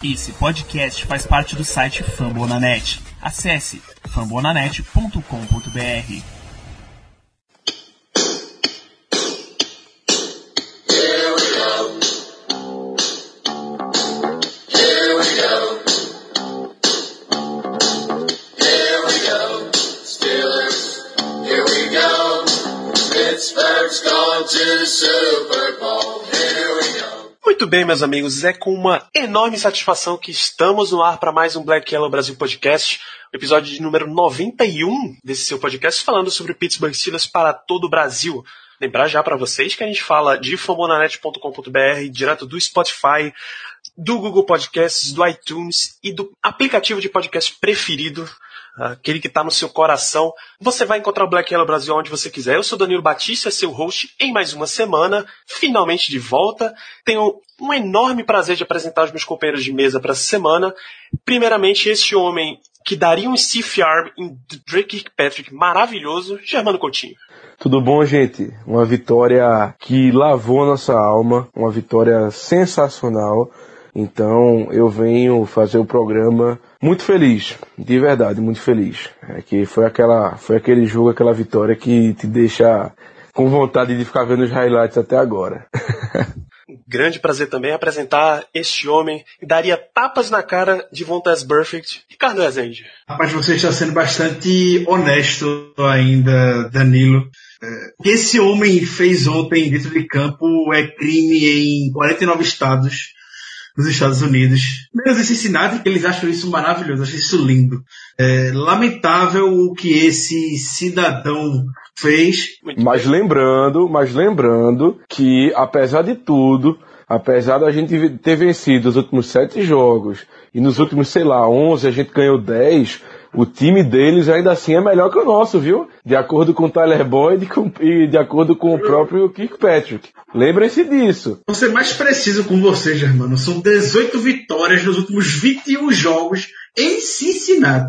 Esse podcast faz parte do site Fambonanet. Acesse fambonanet.com.br. Muito bem, meus amigos, é com uma enorme satisfação que estamos no ar para mais um Black Yellow Brasil Podcast, o episódio de número 91 desse seu podcast, falando sobre o Pittsburgh Steelers para todo o Brasil. Lembrar já para vocês que a gente fala de fambonanet.com.br, direto do Spotify, do Google Podcasts, do iTunes e do aplicativo de podcast preferido, aquele que está no seu coração. Você vai encontrar o Black Yellow Brasil onde você quiser. Eu sou Danilo Batista, seu host em mais uma semana, finalmente de volta. Tenho um enorme prazer de apresentar os meus companheiros de mesa para essa semana. Primeiramente, este homem que daria um stiff arm em Drake Kirkpatrick maravilhoso, Germano Coutinho. Tudo bom, gente? Uma vitória que lavou a nossa alma, uma vitória sensacional. Então eu venho fazer o programa muito feliz, de verdade, muito feliz. Que foi aquele jogo, aquela vitória que te deixa com vontade de ficar vendo os highlights até agora. Grande prazer também apresentar este homem que daria tapas na cara de Vontaze Burfict, Ricardo Rezende. Rapaz, você está sendo bastante honesto ainda, Danilo. O que esse homem fez ontem dentro de campo é crime em 49 estados nos Estados Unidos. Menos em Cincinnati, que eles acham isso maravilhoso, acham isso lindo. É lamentável o que esse cidadão fez. Mas lembrando que, apesar de tudo, apesar da gente ter vencido os últimos 7 jogos, e nos últimos, 11 a gente ganhou 10, o time deles ainda assim é melhor que o nosso, viu? De acordo com o Tyler Boyd e de acordo com o próprio Kirkpatrick. Lembrem-se disso. Vou ser mais preciso com você, Germano. São 18 vitórias nos últimos 21 jogos em Cincinnati.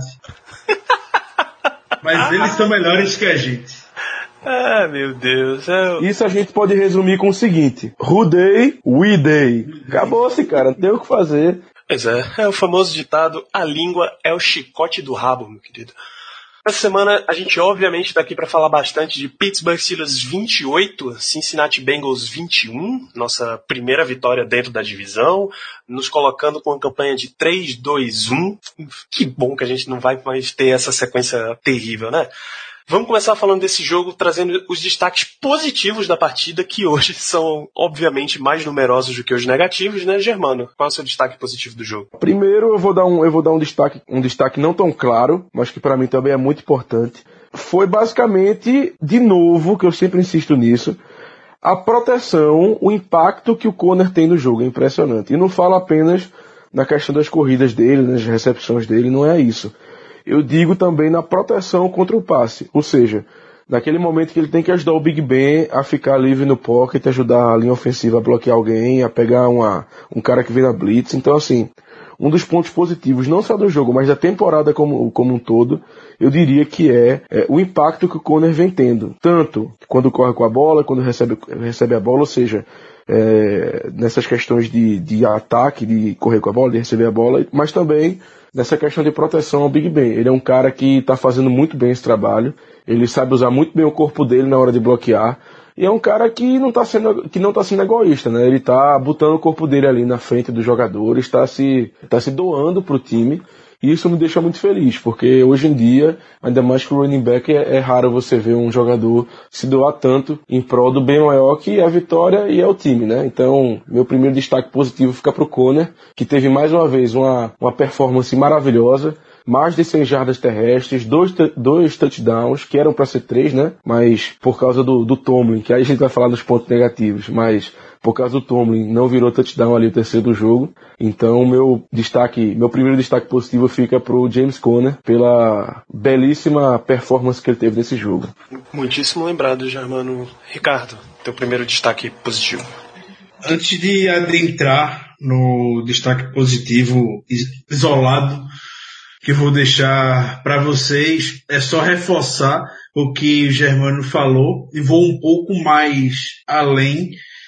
Mas eles são melhores que a gente. Ah, meu Deus. Isso a gente pode resumir com o seguinte: Who day, we day. Acabou-se, cara. Não tem o que fazer. Pois é o famoso ditado, a língua é o chicote do rabo, meu querido. Essa semana a gente obviamente está aqui para falar bastante de Pittsburgh Steelers 28, Cincinnati Bengals 21, nossa primeira vitória dentro da divisão, nos colocando com uma campanha de 3-2-1. Que bom que a gente não vai mais ter essa sequência terrível, né? Vamos começar falando desse jogo, trazendo os destaques positivos da partida, que hoje são, obviamente, mais numerosos do que os negativos, né, Germano? Qual é o seu destaque positivo do jogo? Primeiro, eu vou dar um destaque não tão claro, mas que para mim também é muito importante. Foi basicamente, de novo, que eu sempre insisto nisso, a proteção, o impacto que o Conner tem no jogo, é impressionante. E não falo apenas na questão das corridas dele, nas recepções dele, não é isso. Eu digo também na proteção contra o passe, ou seja, naquele momento que ele tem que ajudar o Big Ben a ficar livre no pocket, ajudar a linha ofensiva a bloquear alguém, a pegar um cara que vem na blitz. Então, assim, um dos pontos positivos, não só do jogo, mas da temporada como um todo, eu diria que é o impacto que o Conner vem tendo, tanto quando corre com a bola, quando recebe a bola, ou seja, nessas questões de ataque, de correr com a bola, de receber a bola, mas também nessa questão de proteção ao Big Ben. Ele é um cara que está fazendo muito bem esse trabalho, ele sabe usar muito bem o corpo dele na hora de bloquear, e é um cara que não está sendo egoísta, né? Ele está botando o corpo dele ali na frente dos jogadores, está se doando para o time, e isso me deixa muito feliz, porque hoje em dia, ainda mais que o running back, é raro você ver um jogador se doar tanto em prol do bem maior que é a vitória e é o time, né? Então, meu primeiro destaque positivo fica pro Conner, que teve mais uma vez uma performance maravilhosa, mais de 100 jardas terrestres, dois touchdowns, que eram para ser 3, né? Mas por causa do Tomlin, que aí a gente vai falar dos pontos negativos, mas por causa do Tomlin não virou touchdown ali o terceiro do jogo. Então meu primeiro destaque positivo fica pro James Conner pela belíssima performance que ele teve nesse jogo. Muitíssimo lembrado, Germano. Ricardo, teu primeiro destaque positivo. Antes de adentrar no destaque positivo isolado, que eu vou deixar para vocês, é só reforçar o que o Germano falou e vou um pouco mais além,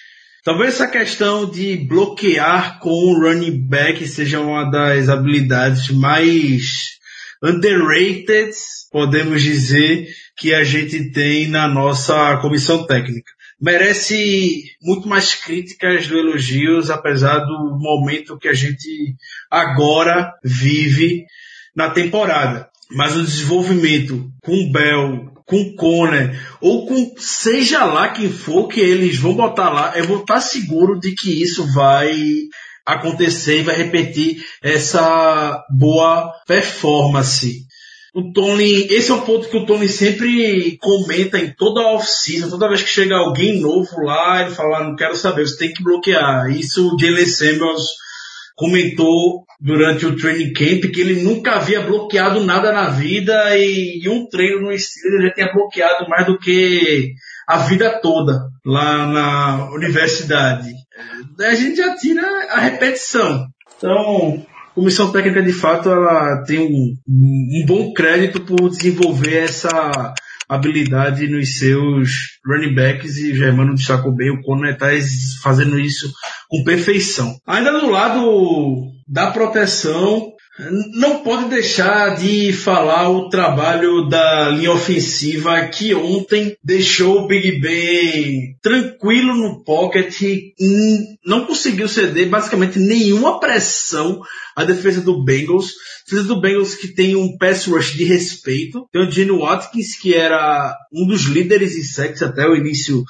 Talvez essa questão de bloquear com o running back seja uma das habilidades mais underrated, podemos dizer, que a gente tem na nossa comissão técnica. Merece muito mais críticas do elogios, apesar do momento que a gente agora vive na temporada. Mas o desenvolvimento com Bell, com Conner, ou com seja lá quem for que eles vão botar lá, eu vou estar seguro de que isso vai acontecer e vai repetir essa boa performance. O Tony, esse é um ponto que o Tony sempre comenta em toda a off-season, toda vez que chega alguém novo lá, ele fala, não quero saber, você tem que bloquear. Isso o Jalen Samuels comentou durante o training camp, que ele nunca havia bloqueado nada na vida e em um treino no Steelers ele já tinha bloqueado mais do que a vida toda lá na universidade. A gente já tira a repetição. Então, a comissão técnica, de fato, ela tem um bom crédito por desenvolver essa habilidade nos seus running backs, e o Germano destacou bem, o Conner está fazendo isso com perfeição. Ainda do lado da proteção, não pode deixar de falar o trabalho da linha ofensiva, que ontem deixou o Big Ben tranquilo no pocket, não conseguiu ceder basicamente nenhuma pressão à defesa do Bengals. A defesa do Bengals que tem um pass rush de respeito. Tem o Gene Watkins, que era um dos líderes em sacks até o início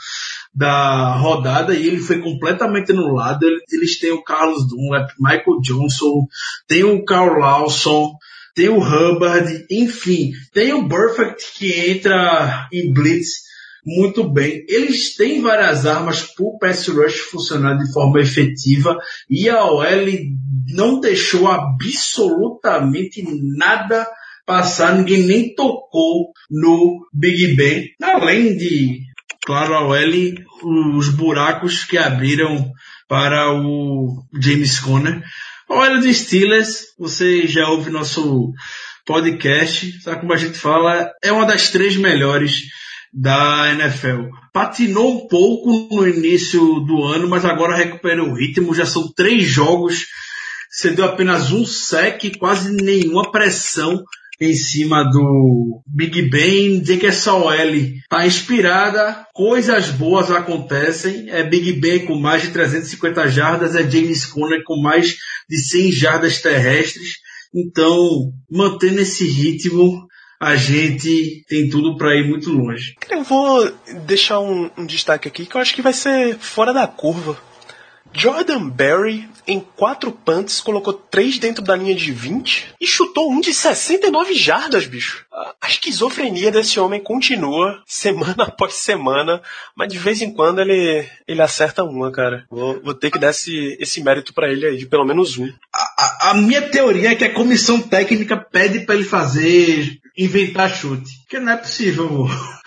da rodada, e ele foi completamente anulado. Eles têm o Carlos Dunlap, Michael Johnson, tem o Carl Lawson, tem o Hubbard, enfim, tem o Burfict que entra em blitz muito bem. Eles têm várias armas para o pass rush funcionar de forma efetiva, e a OL não deixou absolutamente nada passar, ninguém nem tocou no Big Ben, além de, claro, a OL, os buracos que abriram para o James Conner. A OL dos Steelers, você já ouve nosso podcast, sabe como a gente fala, é uma das 3 melhores da NFL. Patinou um pouco no início do ano, mas agora recuperou o ritmo, já são 3 jogos, cedeu apenas um sack, quase nenhuma pressão em cima do Big Ben. Dizer que essa OL está inspirada, coisas boas acontecem. É Big Ben com mais de 350 jardas, é James Conner com mais de 100 jardas terrestres. Então, mantendo esse ritmo, a gente tem tudo para ir muito longe. Eu vou deixar um destaque aqui que eu acho que vai ser fora da curva. Jordan Berry, em 4 punts, colocou 3 dentro da linha de 20 e chutou um de 69 jardas, bicho. A esquizofrenia desse homem continua semana após semana, mas de vez em quando ele acerta uma, cara. Vou ter que dar esse mérito pra ele aí, de pelo menos um. A minha teoria é que a comissão técnica pede pra ele inventar chute. Porque não é possível,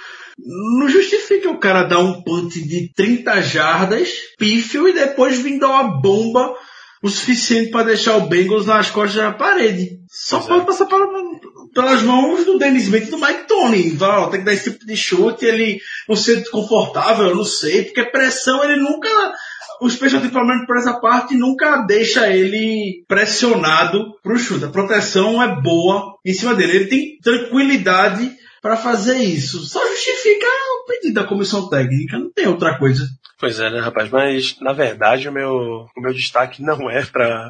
não justifica o cara dar um punt de 30 jardas, pífio, e depois vir dar uma bomba o suficiente para deixar o Bengals nas costas da parede. Só pode passar pelas mãos do Dennis Smith e do Mike Tony. Então, tem que dar esse tipo de chute, ele não ser desconfortável, eu não sei, porque pressão ele nunca... O special team, pelo menos por essa parte, nunca deixa ele pressionado pro chute. A proteção é boa em cima dele. Ele tem tranquilidade para fazer isso. Só justifica o pedido da comissão técnica, não tem outra coisa. Pois é, né, rapaz? Mas, na verdade, o meu destaque não é para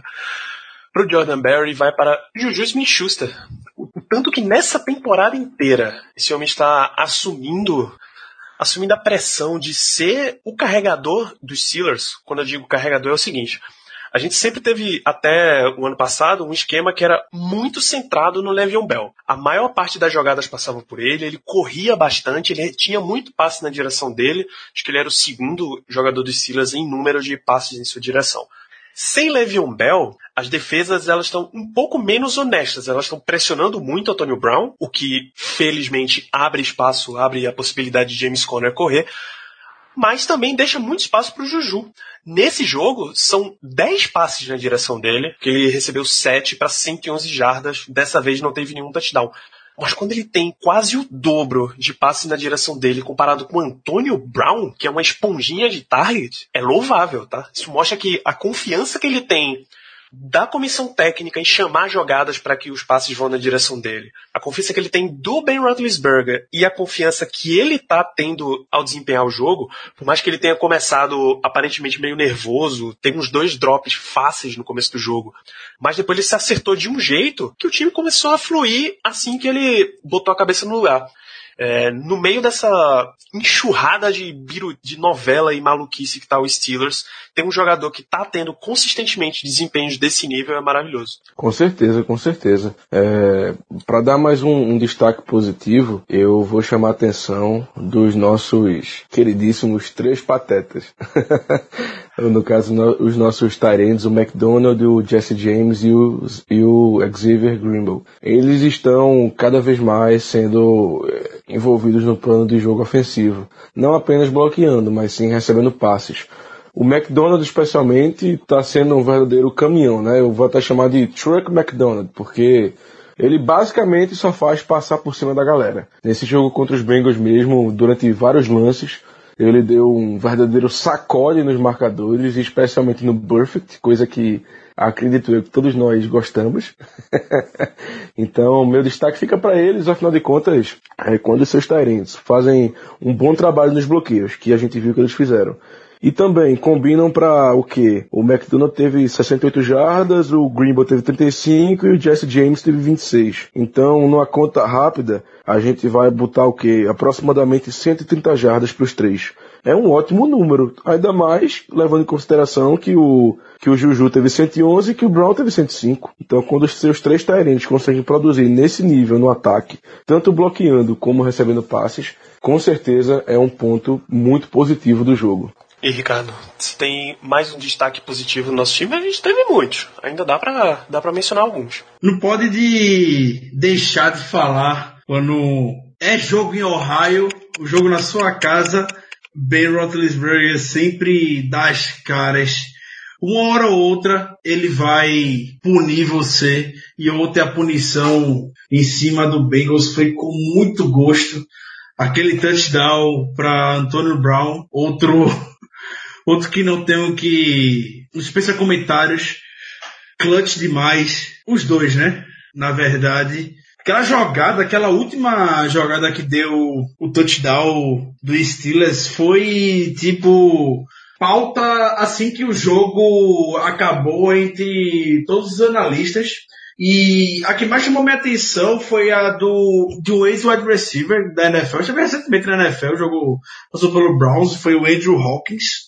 o Jordan Berry, vai para Juju Smith-Schuster. O tanto que nessa temporada inteira esse homem está assumindo a pressão de ser o carregador dos Steelers. Quando eu digo carregador, é o seguinte: a gente sempre teve, até o ano passado, um esquema que era muito centrado no Le'Veon Bell. A maior parte das jogadas passava por ele corria bastante, ele tinha muito passe na direção dele. Acho que ele era o segundo jogador dos Steelers em número de passes em sua direção. Sem Le'Veon Bell, as defesas elas estão um pouco menos honestas. Elas estão pressionando muito o Antonio Brown, o que, felizmente, abre a possibilidade de James Conner correr, mas também deixa muito espaço para o Juju. Nesse jogo, são 10 passes na direção dele, que ele recebeu 7 para 111 jardas. Dessa vez não teve nenhum touchdown. Mas quando ele tem quase o dobro de passes na direção dele comparado com o Antonio Brown, que é uma esponjinha de target, é louvável, tá? Isso mostra que a confiança que ele tem da comissão técnica em chamar jogadas para que os passes vão na direção dele, a confiança que ele tem do Ben Roethlisberger e a confiança que ele tá tendo ao desempenhar o jogo, por mais que ele tenha começado aparentemente meio nervoso, teve uns 2 drops fáceis no começo do jogo, mas depois ele se acertou de um jeito que o time começou a fluir assim que ele botou a cabeça no lugar. No meio dessa enxurrada de novela e maluquice que tá o Steelers, tem um jogador que tá tendo consistentemente desempenhos desse nível, é maravilhoso. Com certeza, com certeza. Para dar mais um destaque positivo, eu vou chamar a atenção dos nossos queridíssimos 3 patetas. No caso, os nossos tight ends, o McDonald, o Jesse James e o Xavier Grimble. Eles estão cada vez mais sendo envolvidos no plano de jogo ofensivo. Não apenas bloqueando, mas sim recebendo passes. O McDonald, especialmente, está sendo um verdadeiro caminhão, né? Eu vou até chamar de Truck McDonald, porque ele basicamente só faz passar por cima da galera. Nesse jogo contra os Bengals mesmo, durante vários lances, ele deu um verdadeiro sacode nos marcadores, especialmente no Burfict, coisa que acredito eu que todos nós gostamos. Então, meu destaque fica para eles, afinal de contas, quando os seus tight ends fazem um bom trabalho nos bloqueios, que a gente viu que eles fizeram. E também combinam para o quê? O McDonald teve 68 jardas, o Grimble teve 35 e o Jesse James teve 26. Então, numa conta rápida, a gente vai botar o quê? Aproximadamente 130 jardas para os 3. É um ótimo número, ainda mais levando em consideração que o Juju teve 111 e que o Brown teve 105. Então, quando os seus 3 tight ends conseguem produzir nesse nível no ataque, tanto bloqueando como recebendo passes, com certeza é um ponto muito positivo do jogo. E Ricardo, se tem mais um destaque positivo no nosso time, a gente teve muitos. Ainda dá pra mencionar alguns. Não pode deixar de falar quando é jogo em Ohio, o jogo na sua casa, Ben Roethlisberger sempre dá as caras. Uma hora ou outra ele vai punir você, e ontem a punição em cima do Bengals foi com muito gosto. Aquele touchdown para Antonio Brown, outro que não tenho que... Não dispensa comentários. Clutch demais. Os dois, né? Na verdade. Aquela última jogada que deu o touchdown do Steelers foi tipo pauta assim que o jogo acabou entre todos os analistas. E a que mais chamou minha atenção foi a de um ex-wide receiver da NFL. Já recentemente na NFL, passou pelo Browns, foi o Andrew Hawkins.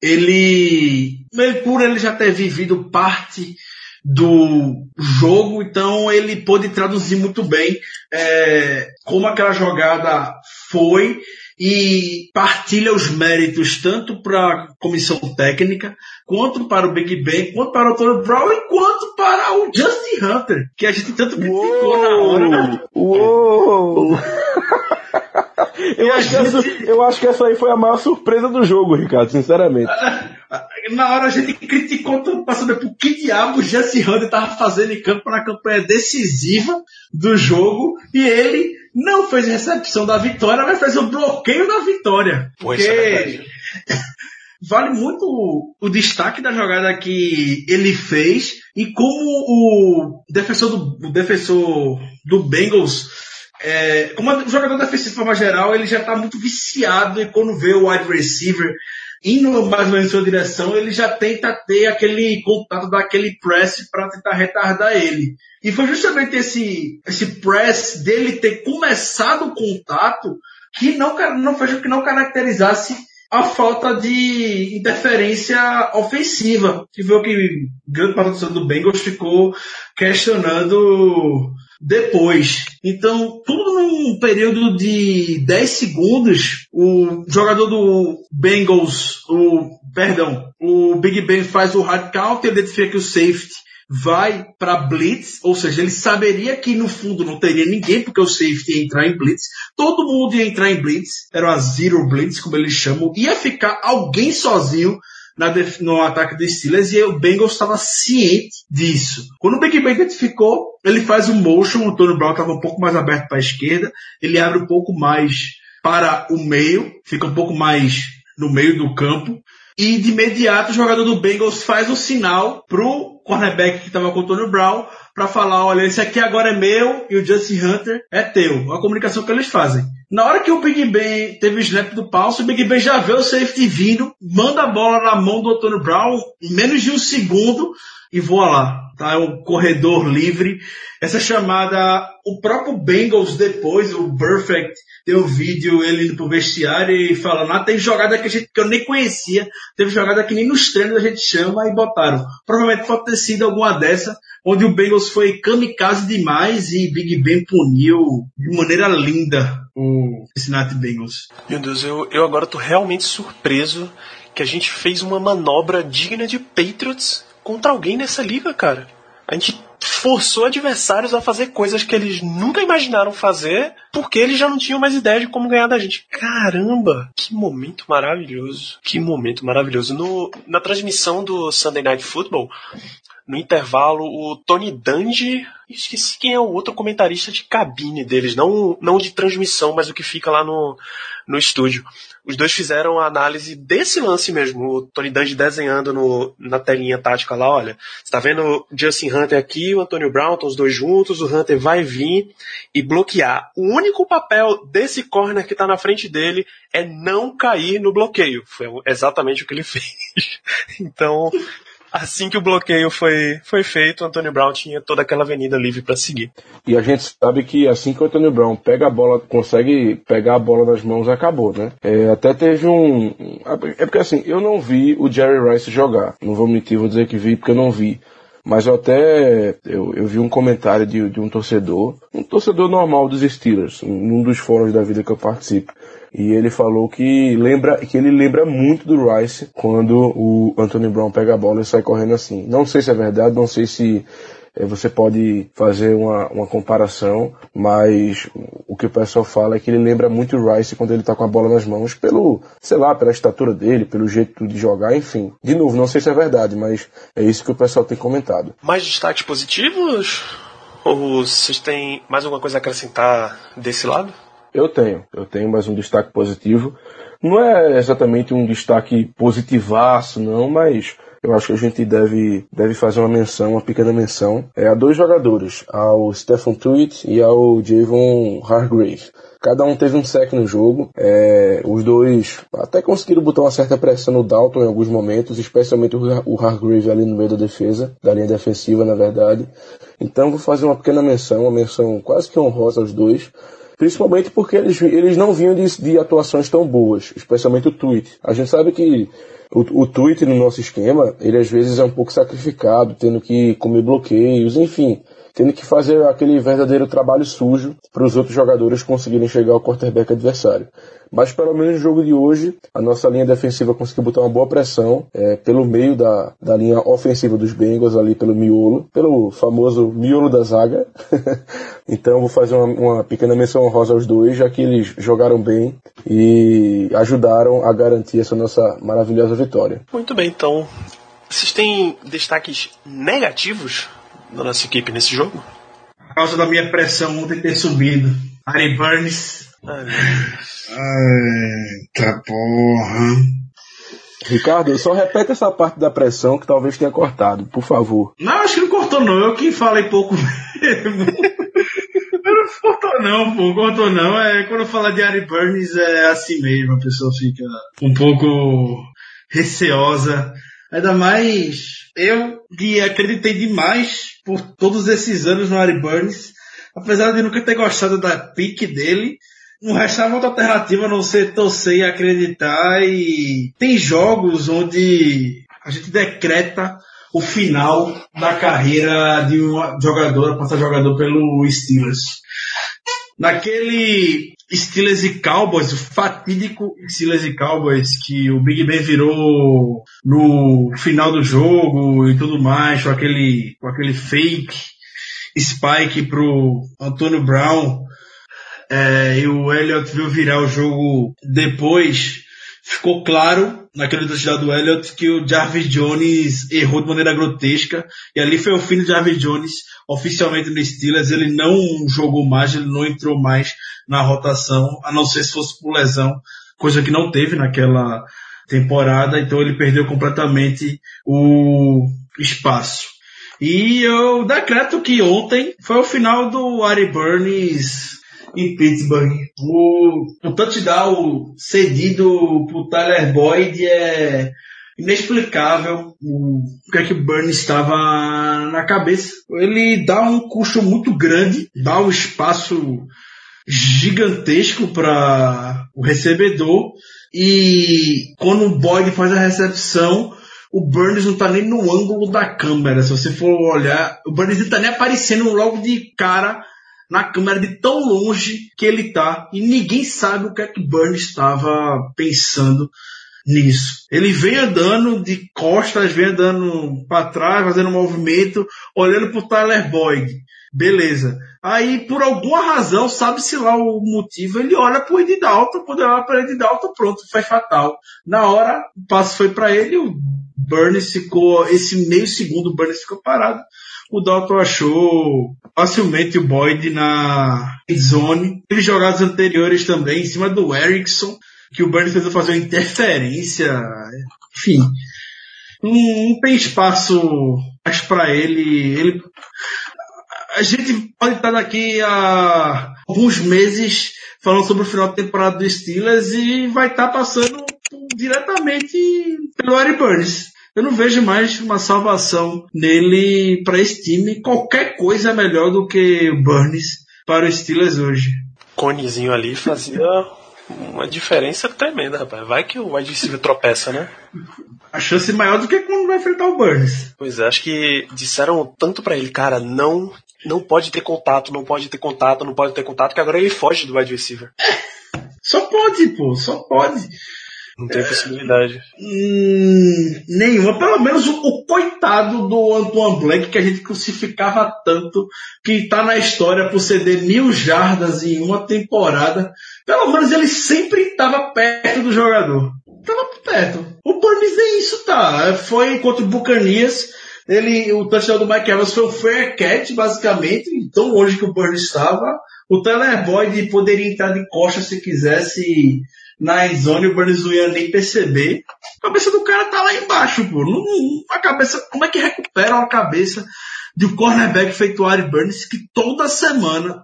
Ele já ter vivido parte do jogo, então ele pôde traduzir muito bem como aquela jogada foi e partilha os méritos tanto para a comissão técnica, quanto para o Big Ben, quanto para o Antonio Brown e quanto para o Justin Hunter, que a gente tanto criticou na hora. Uou! Eu acho que essa aí foi a maior surpresa do jogo, Ricardo, sinceramente. Na hora a gente criticou tanto para saber por que diabo o Jesse Hunter estava fazendo em campo na campanha decisiva do jogo, e ele não fez recepção da vitória, mas fez o bloqueio da vitória. Porque vale muito o destaque da jogada que ele fez e como o defensor do Bengals, como jogador defensivo de forma geral, ele já está muito viciado, e quando vê o wide receiver indo mais ou menos em sua direção, ele já tenta ter aquele contato daquele press para tentar retardar ele. E foi justamente esse press dele ter começado o contato que não fez com que não caracterizasse a falta de interferência ofensiva, que foi o que grande parte do Bengals ficou questionando depois. Então, tudo num período de 10 segundos, o jogador do Bengals, o Big Ben faz o hard count, identifica que o safety vai para blitz, ou seja, ele saberia que no fundo não teria ninguém, porque o safety ia entrar em blitz, todo mundo ia entrar em blitz, era uma zero blitz, como eles chamam, ia ficar alguém sozinho no ataque dos Steelers e o Bengals estava ciente disso. Quando o Big Ben identificou, ele faz um motion, o Tony Brown estava um pouco mais aberto para a esquerda, ele abre um pouco mais para o meio, fica um pouco mais no meio do campo, e de imediato o jogador do Bengals faz o sinal pro cornerback que estava com o Tony Brown para falar, olha, esse aqui agora é meu e o Justin Hunter é teu. A comunicação que eles fazem. Na hora que o Big Ben teve o snap do passe, o Big Ben já vê o safety vindo, manda a bola na mão do Tony Brown em menos de um segundo e voa lá. Tá? É um corredor livre. Essa chamada, o próprio Bengals depois, o Perfect, deu um vídeo ele indo pro vestiário e falando, tem jogada que eu nem conhecia, teve jogada que nem nos treinos a gente chama e botaram. Provavelmente pode ter sido alguma dessa, onde o Bengals foi kamikaze demais e Big Ben puniu de maneira linda o Cincinnati Bengals. Meu Deus, eu agora tô realmente surpreso que a gente fez uma manobra digna de Patriots contra alguém nessa liga, cara. A gente forçou adversários a fazer coisas que eles nunca imaginaram fazer, porque eles já não tinham mais ideia de como ganhar da gente. Caramba, que momento maravilhoso. Que momento maravilhoso. Na transmissão do Sunday Night Football, no intervalo, o Tony Dungy, esqueci quem é o outro comentarista de cabine deles, não de transmissão, mas o que fica lá no estúdio. Os dois fizeram a análise desse lance mesmo, o Tony Dungy desenhando na telinha tática lá, olha, você tá vendo o Justin Hunter aqui, o Antonio Brown, estão os dois juntos, o Hunter vai vir e bloquear. O único papel desse corner que tá na frente dele é não cair no bloqueio. Foi exatamente o que ele fez. Então, assim que o bloqueio foi feito, o Antonio Brown tinha toda aquela avenida livre para seguir. E a gente sabe que assim que o Antonio Brown pega a bola, consegue pegar a bola nas mãos, acabou, né? Até teve É porque assim, eu não vi o Jerry Rice jogar. Não vou mentir, vou dizer que vi porque eu não vi. Mas eu vi um comentário de um torcedor normal dos Steelers, num dos fóruns da vida que eu participo. E ele falou que ele lembra muito do Rice quando o Antonio Brown pega a bola e sai correndo assim. Não sei se é verdade, não sei se você pode fazer uma comparação, mas o que o pessoal fala é que ele lembra muito o Rice quando ele tá com a bola nas mãos, pela estatura dele, pelo jeito de jogar, enfim. De novo, não sei se é verdade, mas é isso que o pessoal tem comentado. Mais destaques positivos? Ou vocês têm mais alguma coisa a acrescentar desse lado? Eu tenho mais um destaque positivo. Não é exatamente um destaque positivaço, não, mas eu acho que a gente deve fazer uma pequena menção a dois jogadores, ao Stephen Tuitt e ao Javon Hargrave. Cada um teve um sack no jogo. Os dois até conseguiram botar uma certa pressão no Dalton em alguns momentos, especialmente o Hargrave ali no meio da defesa, da linha defensiva, na verdade. Então vou fazer uma pequena menção, uma menção quase que honrosa aos dois. Principalmente porque eles não vinham de atuações tão boas, especialmente o Tuitt. A gente sabe que o Tuitt no nosso esquema, ele às vezes é um pouco sacrificado, tendo que comer bloqueios, enfim, tendo que fazer aquele verdadeiro trabalho sujo para os outros jogadores conseguirem chegar ao quarterback adversário. Mas pelo menos no jogo de hoje, a nossa linha defensiva conseguiu botar uma boa pressão pelo meio da linha ofensiva dos Bengals, ali pelo miolo, pelo famoso miolo da zaga. Então vou fazer uma pequena menção honrosa aos dois, já que eles jogaram bem e ajudaram a garantir essa nossa maravilhosa vitória. Muito bem, então, vocês têm destaques negativos da nossa equipe nesse jogo? Por causa da minha pressão ontem ter subido. Ari Burns. Eita porra. Ricardo, só repete essa parte da pressão que talvez tenha cortado, por favor. Não, acho que não cortou não, eu que falei pouco mesmo. Não cortou não. Quando eu falo de Ari Burns é assim mesmo, a pessoa fica um pouco receosa. Ainda mais eu que acreditei demais por todos esses anos no Ari Burns, apesar de nunca ter gostado da pique dele. Não restava outra alternativa a não ser torcer e acreditar, e tem jogos onde a gente decreta o final da carreira de um jogador, passar jogador pelo Steelers. Naquele Steelers e Cowboys, o fatídico Steelers e Cowboys, que o Big Ben virou no final do jogo e tudo mais, com aquele fake spike pro Antonio Brown, e o Elliott viu virar o jogo depois, ficou claro naquele touchdown do Elliott que o Jarvis Jones errou de maneira grotesca, e ali foi o fim do Jarvis Jones oficialmente no Steelers. Ele não jogou mais, ele não entrou mais na rotação, a não ser se fosse por lesão, coisa que não teve naquela temporada, então ele perdeu completamente o espaço. E eu decreto que ontem foi o final do Artie Burns em Pittsburgh. O touchdown cedido pro Tyler Boyd é inexplicável. O que é que o Burns estava na cabeça? Ele dá um custo muito grande, dá um espaço gigantesco para o recebedor, e quando o Boyd faz a recepção, o Burns não tá nem no ângulo da câmera. Se você for olhar, o Burns não tá nem aparecendo logo de cara na câmera, de tão longe que ele tá, e ninguém sabe o que é que Burns estava pensando nisso. Ele vem andando de costas, vem andando para trás, fazendo um movimento, olhando pro Tyler Boyd. Beleza. Aí, por alguma razão, sabe-se lá o motivo, ele olha pro Andy Dalton, quando ele olha pro Andy Dalton, pronto, foi fatal. Na hora, o passe foi para ele, o Burns ficou, esse meio segundo, o Burns ficou parado. O Dalton achou facilmente o Boyd na zone. Teve jogadas anteriores também, em cima do Erickson, que o Burns tentou fazer uma interferência. Enfim, não tem espaço mais para ele. A gente pode estar daqui a alguns meses falando sobre o final da temporada do Steelers e vai estar passando diretamente pelo Artie Burns. Eu não vejo mais uma salvação nele para esse time. Qualquer coisa é melhor do que o Burns para o Steelers hoje. Conezinho ali fazia uma diferença tremenda, rapaz. Vai que o wide receiver tropeça, né? A chance maior do que quando vai enfrentar o Burns. Pois é, acho que disseram tanto pra ele, cara, não pode ter contato, que agora ele foge do wide receiver. Só pode. Não tem possibilidade. Nenhuma. Pelo menos o coitado do Antoine Black, que a gente crucificava tanto, que tá na história por ceder 1.000 jardas em uma temporada. Pelo menos ele sempre estava perto do jogador. Tava perto. O Burns nem isso, tá? Foi contra o Buccaneers. O touchdown do Mike Evans foi um fair catch, basicamente, tão longe que o Burns estava. O Tyler Boyd poderia entrar de costas se quisesse na endzone, o Burns não ia nem perceber. A cabeça do cara tá lá embaixo, pô. A cabeça, como é que recupera a cabeça de um cornerback feito Artie Burns que toda semana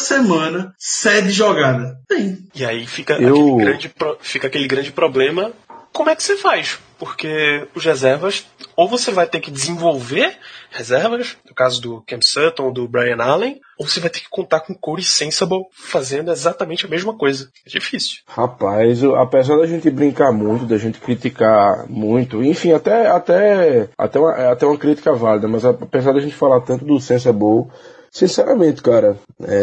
cede jogada? Tem. E aí fica aquele grande problema. Como é que você faz? Porque os reservas, ou você vai ter que desenvolver reservas, no caso do Cam Sutton, do Brian Allen, ou você vai ter que contar com o Corey Sensible fazendo exatamente a mesma coisa. É difícil. Rapaz, apesar da gente brincar muito, da gente criticar muito, enfim, até uma crítica válida, mas apesar da gente falar tanto do Sensible, sinceramente, cara,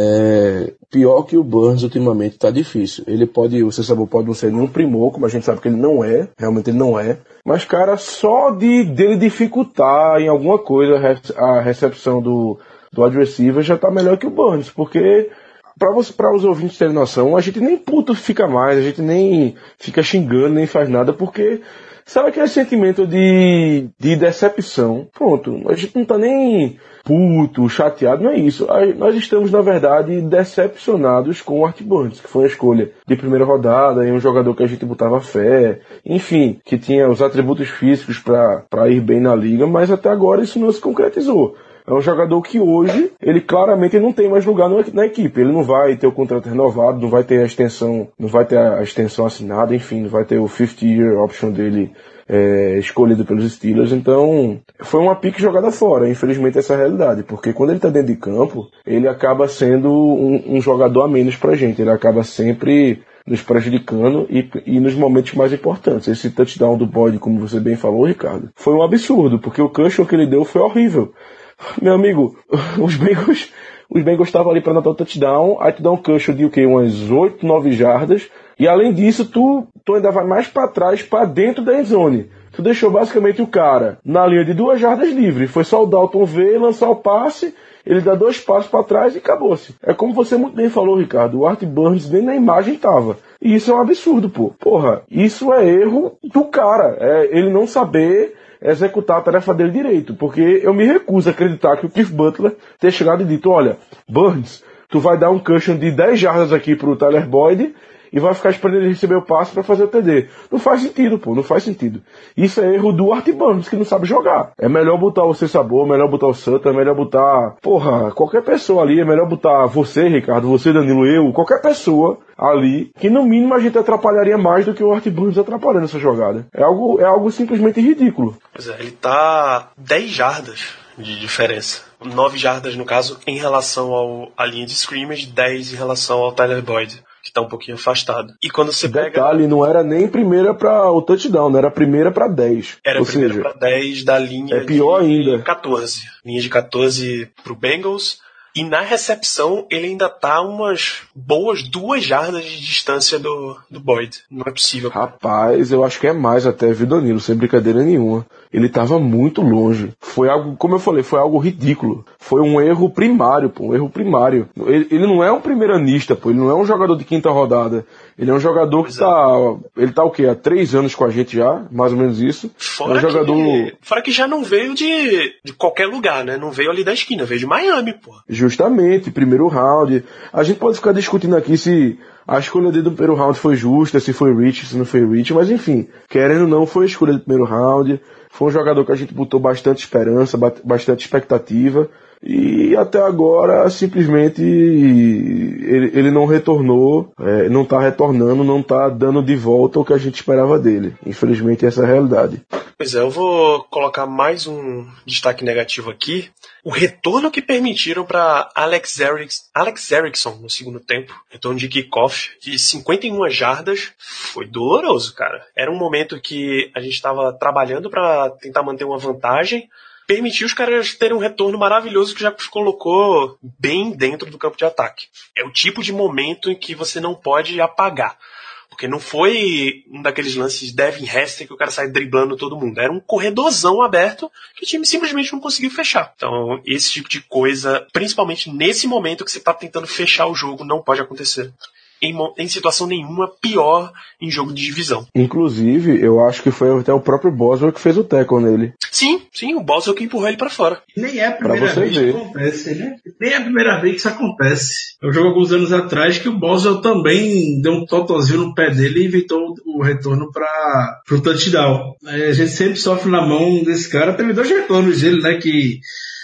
pior que o Burns ultimamente tá difícil. O Sensible pode não ser nenhum primor, como a gente sabe que ele não é, realmente ele não é, mas, cara, só dele dificultar em alguma coisa a recepção do wide receiver já tá melhor que o Burns, porque para os ouvintes terem noção, a gente nem puto fica mais, a gente nem fica xingando, nem faz nada, porque sabe aquele sentimento de decepção? Pronto, a gente não tá nem puto, chateado, não é isso. Nós estamos, na verdade, decepcionados com o Artie Burns, que foi uma escolha de primeira rodada, e um jogador que a gente botava fé, enfim, que tinha os atributos físicos para ir bem na liga, mas até agora isso não se concretizou. É um jogador que hoje, ele claramente não tem mais lugar na equipe. Ele não vai ter o contrato renovado, não vai ter a extensão assinada, enfim, não vai ter o 50-year option dele escolhido pelos Steelers. Então, foi uma pique jogada fora, infelizmente, essa é a realidade. Porque quando ele tá dentro de campo, ele acaba sendo um jogador a menos pra gente. Ele acaba sempre nos prejudicando e nos momentos mais importantes. Esse touchdown do Boyd, como você bem falou, Ricardo, foi um absurdo, porque o cushion que ele deu foi horrível. Meu amigo, os Bengals estavam ali para anotar o touchdown, aí tu dá um cushion de umas 8, 9 jardas, e além disso tu ainda vai mais para trás, para dentro da endzone. Tu deixou basicamente o cara na linha de 2 jardas livre. Foi só o Dalton ver, lançar o passe, ele dá 2 passos para trás e acabou-se. É como você muito bem falou, Ricardo, o Artie Burns nem na imagem tava. E isso é um absurdo, pô. Porra, isso é erro do cara. É ele não saber executar a tarefa dele direito. Porque eu me recuso a acreditar que o Keith Butler ter chegado e dito, olha, Burns, tu vai dar um cushion de 10 jardas aqui pro Tyler Boyd e vai ficar esperando ele receber o passe pra fazer o TD. Não faz sentido, pô, não faz sentido. Isso é erro do Art Burns, que não sabe jogar. É melhor botar o Sabor, é melhor botar o Sutton, é melhor botar, porra, qualquer pessoa ali, é melhor botar você, Ricardo, você, Danilo, eu, qualquer pessoa ali, que no mínimo a gente atrapalharia mais do que o Art Burns atrapalhando essa jogada. É algo simplesmente ridículo. Pois é, ele tá 10 jardas de diferença. 9 jardas, no caso, em relação à linha de scrimmage, 10 em relação ao Tyler Boyd, que tá um pouquinho afastado. E quando você pega... Detalhe, não era nem primeira para o touchdown, não era primeira para 10. Era a primeira para 10 da linha pior ainda. 14. Linha de 14 pro Bengals. E na recepção, ele ainda tá umas boas 2 jardas de distância do Boyd. Não é possível. Rapaz, eu acho que é mais até, viu, Danilo? Sem brincadeira nenhuma. Ele tava muito longe. Foi algo, como eu falei, foi algo ridículo. Foi um erro primário, pô. Um erro primário. Ele não é um primeiranista, pô. Ele não é um jogador de quinta rodada. Ele é um jogador que ele tá o quê? Há 3 anos com a gente já? Mais ou menos isso. Fora que já não veio de qualquer lugar, né? Não veio ali da esquina. Veio de Miami, pô. Justamente, primeiro round. A gente pode ficar discutindo aqui se a escolha dele do primeiro round foi justa, se foi rich, se não foi rich, mas enfim, querendo ou não, foi a escolha do primeiro round. Foi um jogador que a gente botou bastante esperança, bastante expectativa. E até agora, simplesmente, ele não retornou, não tá retornando, não tá dando de volta o que a gente esperava dele. Infelizmente, essa é a realidade. Pois é, eu vou colocar mais um destaque negativo aqui. O retorno que permitiram para Alex Erickson no segundo tempo, retorno de kickoff de 51 jardas, foi doloroso, cara. Era um momento que a gente estava trabalhando para tentar manter uma vantagem, permitiu os caras terem um retorno maravilhoso que já os colocou bem dentro do campo de ataque. É o tipo de momento em que você não pode apagar. Porque não foi um daqueles lances de Devin Hester que o cara sai driblando todo mundo. Era um corredorzão aberto que o time simplesmente não conseguiu fechar. Então, esse tipo de coisa, principalmente nesse momento que você está tentando fechar o jogo, não pode acontecer. Em situação nenhuma, pior em jogo de divisão. Inclusive, eu acho que foi até o próprio Boswell que fez o tackle nele. Sim, o Boswell que empurrou ele pra fora. Nem é a primeira vez que acontece, né? Nem é a primeira vez que isso acontece. Eu jogo alguns anos atrás que o Boswell também deu um totozinho no pé dele e evitou o retorno pro touchdown. A gente sempre sofre na mão desse cara. Teve 2 retornos dele, né, que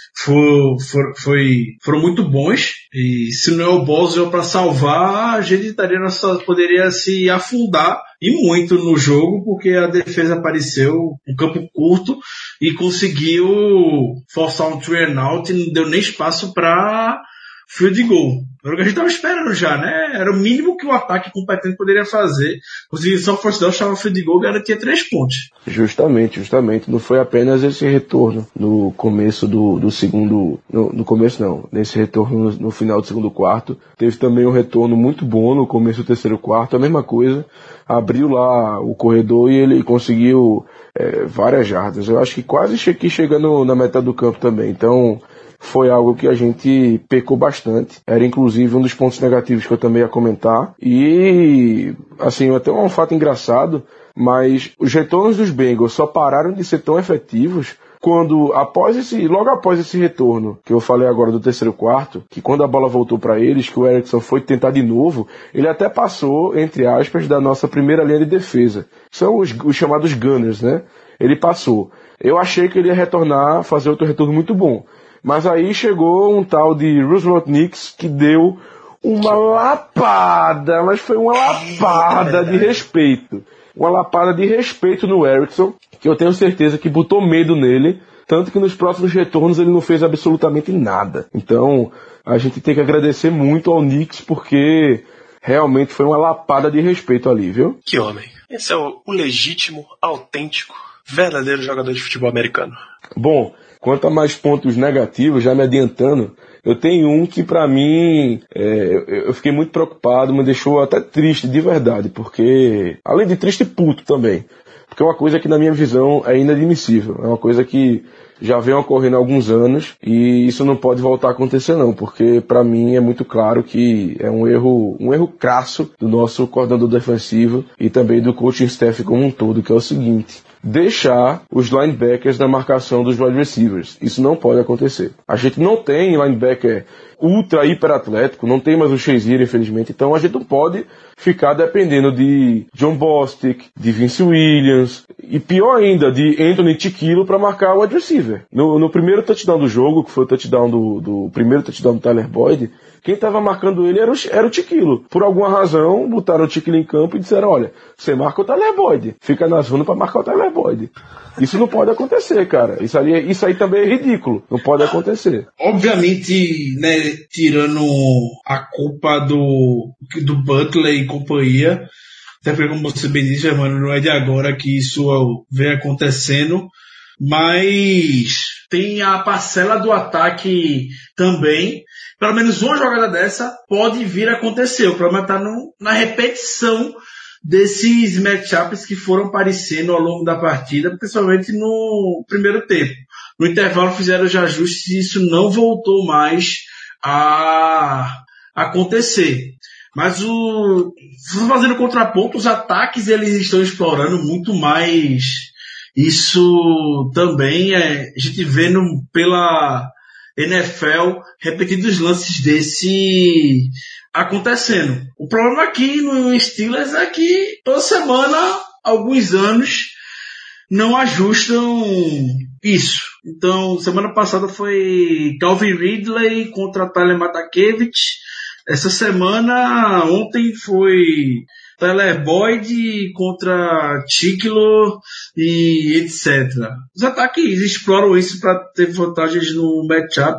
foram muito bons, e se não é o Boswell para salvar, a gente poderia se afundar e muito no jogo, porque a defesa apareceu um campo curto e conseguiu forçar um 3 and out e não deu nem espaço para field goal. Era o que a gente estava esperando já, né? Era o mínimo que o ataque competente poderia fazer. Conseguiu só force down, chamava field goal e garantia 3 pontos. Justamente. Não foi apenas esse retorno no começo do segundo... No começo não. Nesse retorno no final do segundo quarto. Teve também um retorno muito bom no começo do terceiro quarto. A mesma coisa. Abriu lá o corredor e ele conseguiu várias jardas. Eu acho que quase chegando na metade do campo também. Então... foi algo que a gente pecou bastante. Era inclusive um dos pontos negativos que eu também ia comentar. E, assim, até um fato engraçado, mas os retornos dos Bengals só pararam de ser tão efetivos quando, logo após esse retorno, que eu falei agora do terceiro quarto, que quando a bola voltou para eles, que o Erickson foi tentar de novo, ele até passou, entre aspas, da nossa primeira linha de defesa. São os chamados gunners, né? Ele passou. Eu achei que ele ia retornar, fazer outro retorno muito bom. Mas aí chegou um tal de Roosevelt Nix que deu uma lapada, mas foi uma lapada de respeito. Uma lapada de respeito no Erickson, que eu tenho certeza que botou medo nele, tanto que nos próximos retornos ele não fez absolutamente nada. Então, a gente tem que agradecer muito ao Nix, porque realmente foi uma lapada de respeito ali, viu? Que homem. Esse é o legítimo, autêntico, verdadeiro jogador de futebol americano. Bom... quanto a mais pontos negativos, já me adiantando, Eu tenho um que pra mim, eu fiquei muito preocupado, me deixou até triste de verdade, porque, além de triste, puto também. Porque é uma coisa que na minha visão é inadmissível, é uma coisa que já vem ocorrendo há alguns anos e isso não pode voltar a acontecer não, porque pra mim é muito claro que é um erro crasso do nosso coordenador defensivo e também do coaching staff como um todo, que é o seguinte: deixar os linebackers na marcação dos wide receivers. Isso não pode acontecer. A gente não tem linebacker ultra hiper atlético, não tem mais o Shazier, infelizmente, então a gente não pode ficar dependendo de John Bostic, de Vince Williams e pior ainda, de Anthony Chiquilo para marcar o wide receiver. No primeiro touchdown do jogo, que foi o touchdown do primeiro touchdown do Tyler Boyd, quem estava marcando ele era o Chiquilo. Por alguma razão, botaram o Chiquilo em campo e disseram: olha, você marca o Tyler Boyd, fica na zona para marcar o Tyler Boyd. Isso não pode acontecer, cara. Isso aí também é ridículo. Não pode acontecer. Obviamente, né, tirando a culpa do Butler e companhia, até porque, como você bem disse, mano, não é de agora que isso vem acontecendo, mas tem a parcela do ataque também. Pelo menos uma jogada dessa pode vir a acontecer. O problema está na repetição desses matchups que foram aparecendo ao longo da partida, principalmente no primeiro tempo. No intervalo fizeram os ajustes e isso não voltou mais a acontecer. Mas fazendo contraponto, os ataques eles estão explorando muito mais. Isso também a gente vê pela NFL repetidos lances desse acontecendo. O problema aqui no Steelers é que toda semana, há alguns anos, não ajustam isso. Então, semana passada foi Calvin Ridley contra Tyler Matakevich. Essa semana, ontem foi Tyler Boyd contra Chiquilo e etc. Os ataques exploram isso para ter vantagens no matchup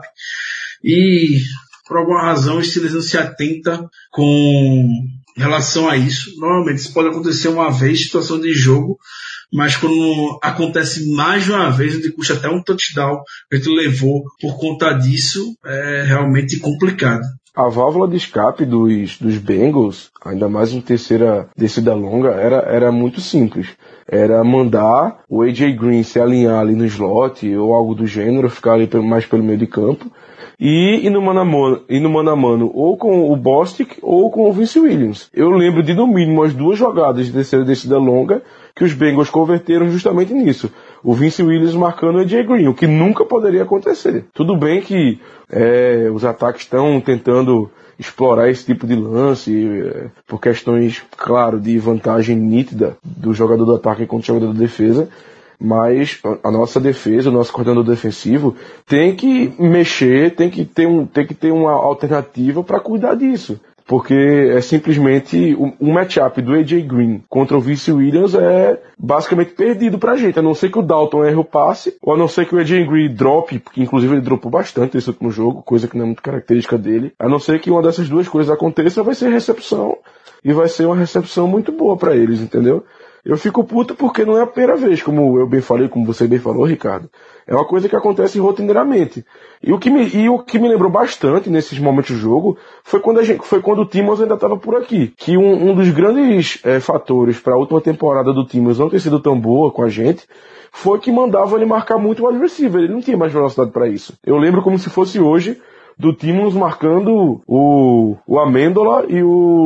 e, por alguma razão, o Steelers não se atenta com relação a isso. Normalmente isso pode acontecer uma vez, situação de jogo, mas quando acontece mais de uma vez, onde custa até um touchdown, a gente levou por conta disso, é realmente complicado. A válvula de escape dos Bengals, ainda mais em terceira descida longa, era muito simples. Era mandar o AJ Green se alinhar ali no slot ou algo do gênero, ficar ali mais pelo meio de campo, e no mano a mano ou com o Bostic ou com o Vince Williams. Eu lembro de no mínimo as duas jogadas de terceira descida longa que os Bengals converteram justamente nisso. O Vince Williams marcando o AJ Green, o que nunca poderia acontecer. Tudo bem que os ataques estão tentando explorar esse tipo de lance por questões, claro, de vantagem nítida do jogador do ataque contra o jogador da defesa, mas a nossa defesa, o nosso coordenador defensivo tem que mexer, tem que ter uma alternativa para cuidar disso. Porque é simplesmente o matchup do AJ Green contra o Vince Williams é basicamente perdido pra gente, a não ser que o Dalton erre o passe, ou a não ser que o AJ Green drope, porque inclusive ele dropou bastante nesse último jogo, coisa que não é muito característica dele, a não ser que uma dessas duas coisas aconteça, vai ser recepção, e vai ser uma recepção muito boa pra eles, entendeu? Eu fico puto porque não é a primeira vez, como eu bem falei, como você bem falou, Ricardo. É uma coisa que acontece rotineiramente. E o que me lembrou bastante nesses momentos do jogo foi quando o Timmons ainda estava por aqui. Que um dos grandes fatores para a última temporada do Timmons não ter sido tão boa com a gente foi que mandava ele marcar muito o wide receiver. Ele não tinha mais velocidade para isso. Eu lembro como se fosse hoje do Timmons marcando o Amendola e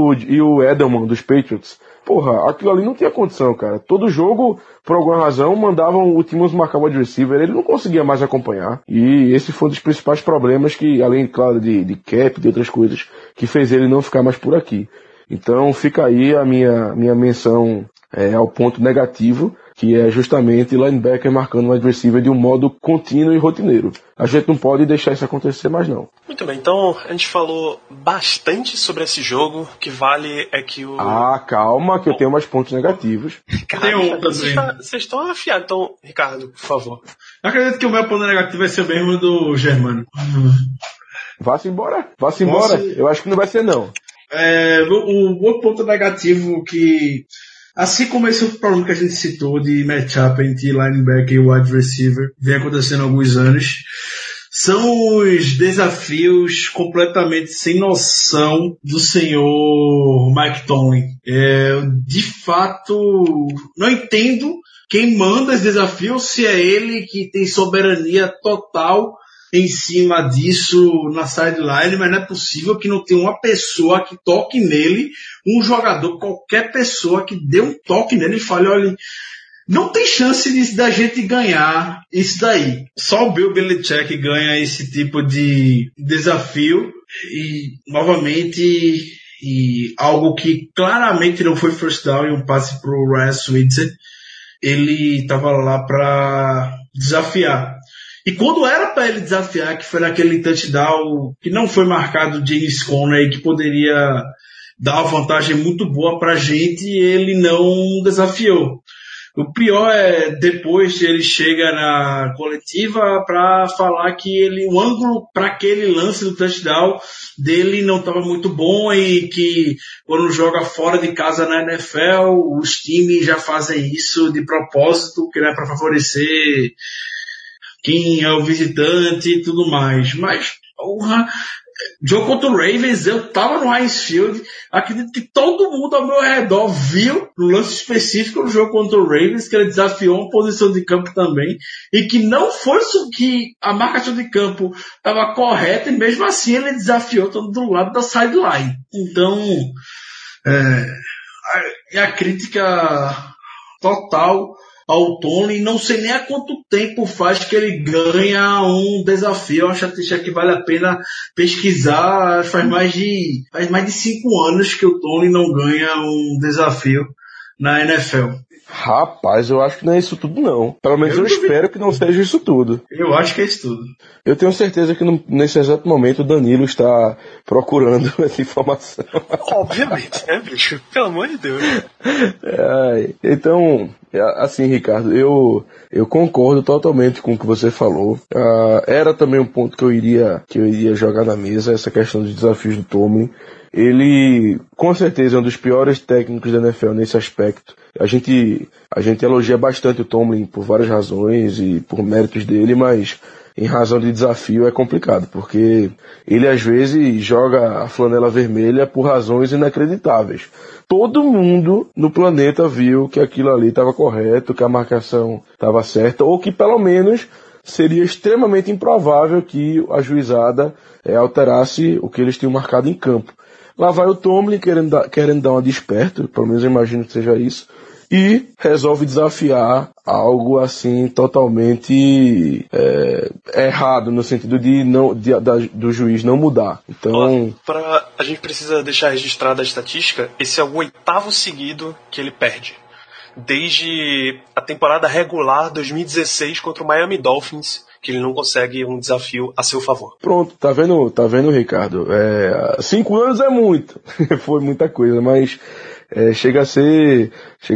o Edelman dos Patriots. Porra, aquilo ali não tinha condição, cara. Todo jogo, por alguma razão, mandavam o Timmons marcar o wide receiver. Ele não conseguia mais acompanhar. E esse foi um dos principais problemas que, além, claro, de cap, de outras coisas, que fez ele não ficar mais por aqui. Então fica aí a minha menção ao ponto negativo, que é justamente linebacker marcando o wide receiver de um modo contínuo e rotineiro. A gente não pode deixar isso acontecer mais não. Muito bem, então a gente falou bastante sobre esse jogo. O que vale é que o... calma, que eu tenho mais pontos negativos. Vocês estão afiados, então, Ricardo, por favor. Eu acredito que o meu ponto negativo vai ser o mesmo do Germano. Vá-se embora. Eu acho que não vai ser não. O outro ponto negativo que... Assim como esse outro problema que a gente citou de matchup entre linebacker e wide receiver, vem acontecendo há alguns anos, são os desafios completamente sem noção do senhor Mike Tomlin. De fato, não entendo quem manda esse desafio, se é ele que tem soberania total em cima disso na sideline, mas não é possível que não tenha uma pessoa que toque nele, um jogador, qualquer pessoa que dê um toque nele e fale, olha, não tem chance da gente ganhar isso daí. Só o Bill Belichick ganha esse tipo de desafio e, novamente, algo que claramente não foi first down e um passe para o Ryan Switzer, ele estava lá para desafiar. E quando era para ele desafiar, que foi naquele touchdown que não foi marcado de James Conner, que poderia dar uma vantagem muito boa para a gente, ele não desafiou. O pior é depois ele chega na coletiva para falar que o ângulo para aquele lance do touchdown dele não estava muito bom e que quando joga fora de casa na NFL, os times já fazem isso de propósito, que é para favorecer quem é o visitante e tudo mais. Mas, jogo contra o Ravens, eu tava no Heinz Field, acredito que todo mundo ao meu redor viu no lance específico no jogo contra o Ravens, que ele desafiou uma posição de campo também, e que não foi que a marcação de campo estava correta, e mesmo assim ele desafiou todo do lado da sideline. Então, a crítica total ao Tony, não sei nem há quanto tempo faz que ele ganha um desafio. Eu acho que vale a pena pesquisar. Faz mais de 5 anos que o Tony não ganha um desafio na NFL. Rapaz, eu acho que não é isso tudo, não. Pelo menos eu espero que não seja isso tudo. Eu acho que é isso tudo. Eu tenho certeza que nesse exato momento o Danilo está procurando essa informação. Obviamente, né, bicho? Pelo amor de Deus. Então, assim, Ricardo, eu concordo totalmente com o que você falou. Era também um ponto que eu iria jogar na mesa, essa questão dos desafios do Tomlin. Ele, com certeza, é um dos piores técnicos da NFL nesse aspecto. A gente elogia bastante o Tomlin por várias razões e por méritos dele, mas em razão de desafio é complicado, porque ele às vezes joga a flanela vermelha por razões inacreditáveis. Todo mundo no planeta viu que aquilo ali estava correto, que a marcação estava certa, ou que pelo menos seria extremamente improvável que a juizada alterasse o que eles tinham marcado em campo. Lá vai o Tomlin querendo dar uma de esperto, pelo menos eu imagino que seja isso, e resolve desafiar algo assim totalmente errado, no sentido do juiz não mudar. Então, a gente precisa deixar registrada a estatística, esse é o 8º seguido que ele perde. Desde a temporada regular 2016 contra o Miami Dolphins, que ele não consegue um desafio a seu favor. Pronto, tá vendo, Ricardo? 5 anos é muito, foi muita coisa, mas chega a ser,